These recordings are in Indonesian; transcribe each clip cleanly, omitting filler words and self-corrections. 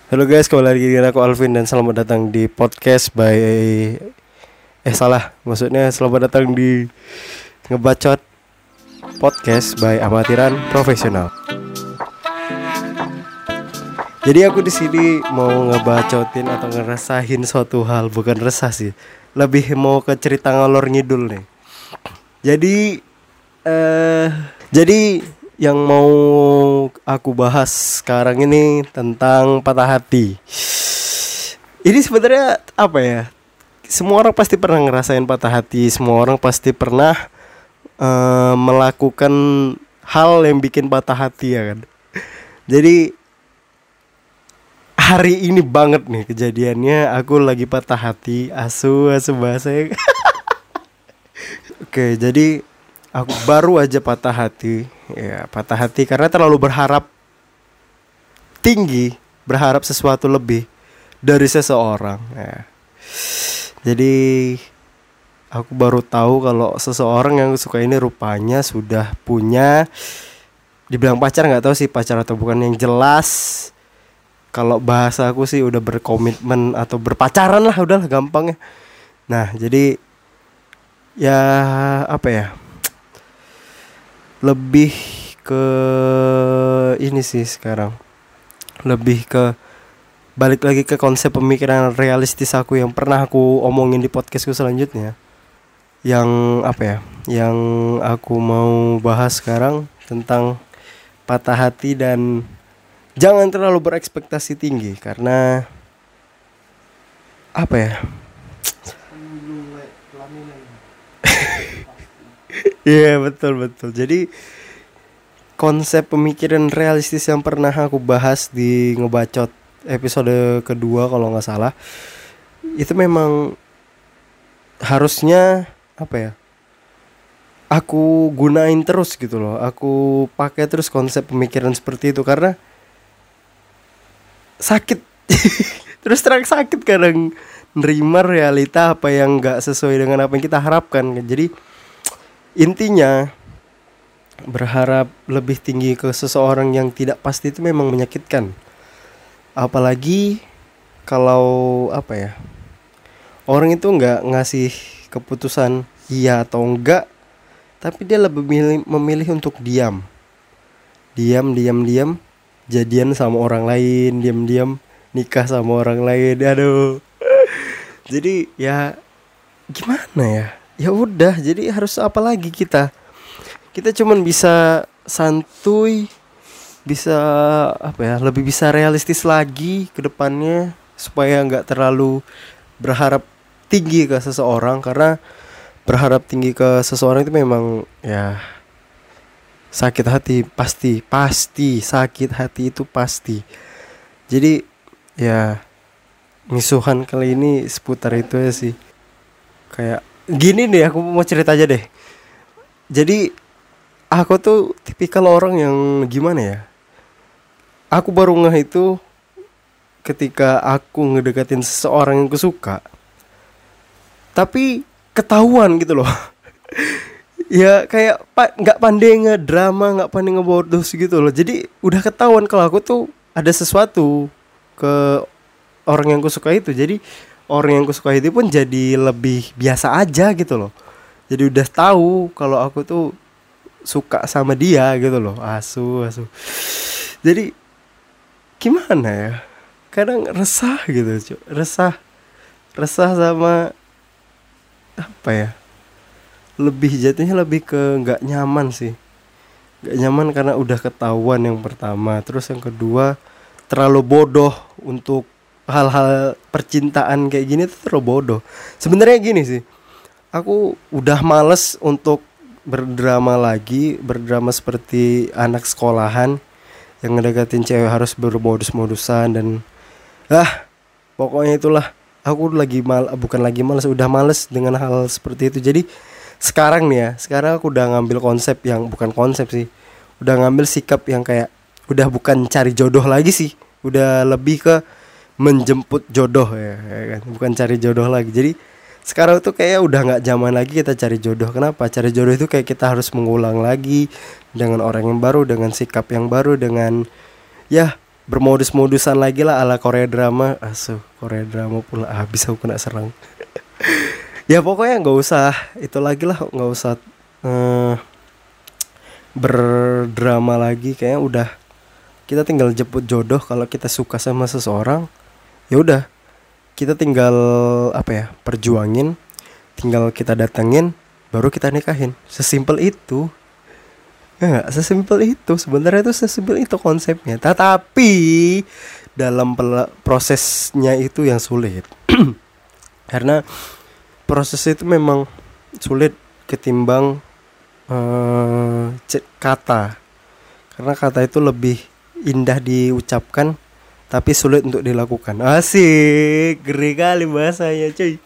Halo guys, kembali lagi dengan aku Alvin dan selamat datang di podcast maksudnya selamat datang di Ngebacot Podcast by Amatiran Profesional. Jadi aku di sini mau ngebacotin atau ngerasain suatu hal, bukan resah sih. Lebih mau ke cerita ngalor ngidul nih. Jadi eh jadi yang mau aku bahas sekarang ini tentang patah hati. Ini sebenarnya apa ya? Semua orang pasti pernah ngerasain patah hati. Semua orang pasti pernah melakukan hal yang bikin patah hati ya kan. Jadi hari ini banget nih kejadiannya. Aku lagi patah hati. Asu bahasanya. Oke, jadi aku baru aja patah hati. Ya, patah hati karena terlalu berharap tinggi, berharap sesuatu lebih dari seseorang ya. Jadi aku baru tahu kalau seseorang yang suka ini rupanya sudah punya, dibilang pacar nggak tahu sih pacar atau bukan, yang jelas kalau bahasa aku sih udah berkomitmen atau berpacaran lah, udahlah gampangnya. Nah jadi ya apa ya, lebih ke ini sih sekarang, lebih ke balik lagi ke konsep pemikiran realistis aku yang pernah aku omongin di podcastku selanjutnya. Yang apa ya, yang aku mau bahas sekarang tentang patah hati dan jangan terlalu berekspektasi tinggi. Karena apa ya, iya betul. Jadi konsep pemikiran realistis yang pernah aku bahas di Ngebacot episode kedua kalau nggak salah, itu memang harusnya apa ya, aku gunain terus gitu loh. Aku pakai terus konsep pemikiran seperti itu karena sakit. Terus terang sakit kadang nerima realita apa yang nggak sesuai dengan apa yang kita harapkan. Jadi intinya berharap lebih tinggi ke seseorang yang tidak pasti itu memang menyakitkan. Apalagi kalau apa ya, orang itu nggak ngasih keputusan iya atau enggak, tapi dia lebih memilih untuk diam, jadian sama orang lain, diam nikah sama orang lain. Aduh. Jadi ya gimana ya? Ya udah, jadi harus apa lagi kita? Kita cuman bisa santuy, bisa apa ya, lebih bisa realistis lagi ke depannya supaya nggak terlalu berharap tinggi ke seseorang. Karena berharap tinggi ke seseorang itu memang ya sakit hati, pasti sakit hati itu pasti. Jadi ya misuhan kali ini seputar itu ya sih. Kayak gini nih, aku mau cerita aja deh. Jadi aku tuh tipikal orang yang gimana ya, aku baru ngeh itu ketika aku ngedeketin seseorang yang aku suka, tapi ketahuan gitu loh. Ya kayak nggak pandai ngedrama, nggak pandai ngebodos gitu loh. Jadi udah ketahuan kalau aku tuh ada sesuatu ke orang yang aku suka itu. Jadi orang yang aku suka itu pun jadi lebih biasa aja gitu loh. Jadi udah tahu kalau aku tuh suka sama dia gitu loh. Asu. Jadi gimana ya, kadang resah gitu cuy. Resah sama apa ya, lebih jatuhnya lebih ke nggak nyaman sih. Nggak nyaman karena udah ketahuan yang pertama. Terus yang kedua, terlalu bodoh untuk hal-hal percintaan kayak gini tuh, terlalu bodoh. Sebenarnya gini sih, aku udah males untuk berdrama seperti anak sekolahan yang ngedeketin cewek harus bermodus-modusan dan pokoknya itulah. Aku bukan lagi malas, udah males dengan hal seperti itu. Jadi sekarang nih ya, sekarang aku udah ngambil konsep yang bukan konsep sih, udah ngambil sikap yang kayak udah bukan cari jodoh lagi sih, udah lebih ke menjemput jodoh ya kan, bukan cari jodoh lagi. Jadi sekarang tuh kayak udah nggak zaman lagi kita cari jodoh. Kenapa? Cari jodoh itu kayak kita harus mengulang lagi dengan orang yang baru, dengan sikap yang baru, dengan ya bermodus-modusan lagi lah ala Korea drama. Korea drama pula habis aku kena serang. Ya pokoknya nggak usah itu lagi lah, nggak usah berdrama lagi. Kayaknya udah, kita tinggal jemput jodoh. Kalau kita suka sama seseorang, ya udah kita tinggal perjuangin, tinggal kita datengin, baru kita nikahin. Sesimpel itu. Enggak, sesimpel itu. Sebenarnya itu sesimpel itu konsepnya. Tetapi dalam prosesnya itu yang sulit. Karena proses itu memang sulit ketimbang kata. Karena kata itu lebih indah diucapkan tapi sulit untuk dilakukan. Asik, ngeri kali bahasanya cuy.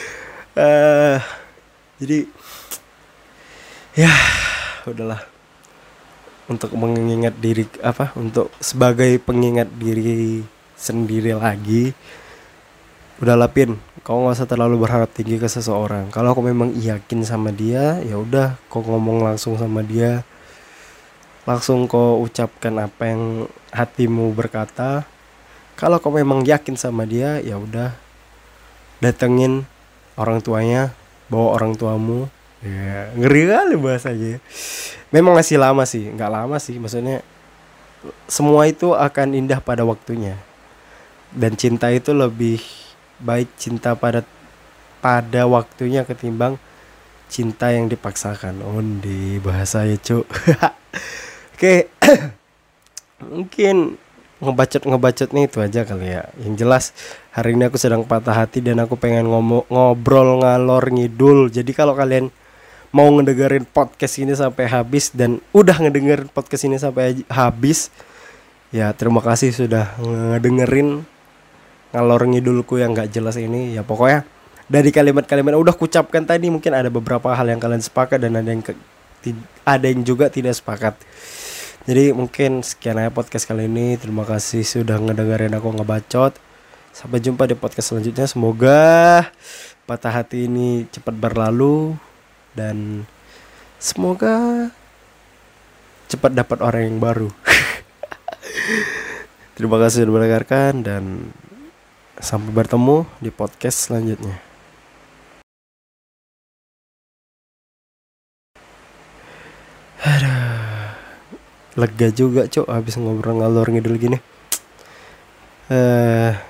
Jadi ya udahlah, untuk mengingat diri untuk sebagai pengingat diri sendiri lagi, udah lapin, kau nggak usah terlalu berharap tinggi ke seseorang. Kalau aku memang yakin sama dia, ya udah kau ngomong langsung sama dia, langsung kau ucapkan apa yang hatimu berkata. Kalau kau memang yakin sama dia, ya udah datengin orang tuanya, bawa orang tuamu. Ya, ngeri kali bahasanya. Memang masih lama sih, nggak lama sih, maksudnya semua itu akan indah pada waktunya. Dan cinta itu lebih baik cinta pada waktunya ketimbang cinta yang dipaksakan. Ondi bahasanya cuk. Oke. Mungkin ngebacotnya itu aja kali ya. Yang jelas hari ini aku sedang patah hati dan aku pengen ngobrol ngalor ngidul. Jadi kalau kalian mau ngedengerin podcast ini sampai habis dan udah ngedengerin podcast ini sampai habis, ya terima kasih sudah ngedengerin ngalor ngidulku yang gak jelas ini. Ya pokoknya dari kalimat-kalimat yang udah kucapkan tadi, mungkin ada beberapa hal yang kalian sepakat dan ada yang juga tidak sepakat. Jadi mungkin sekian aja podcast kali ini. Terima kasih sudah ngedengerin aku ngebacot. Sampai jumpa di podcast selanjutnya. Semoga patah hati ini cepat berlalu dan semoga cepat dapat orang yang baru. Terima kasih sudah mendengarkan dan sampai bertemu di podcast selanjutnya. Lega juga cok habis ngobrol ngalor ngidul gini.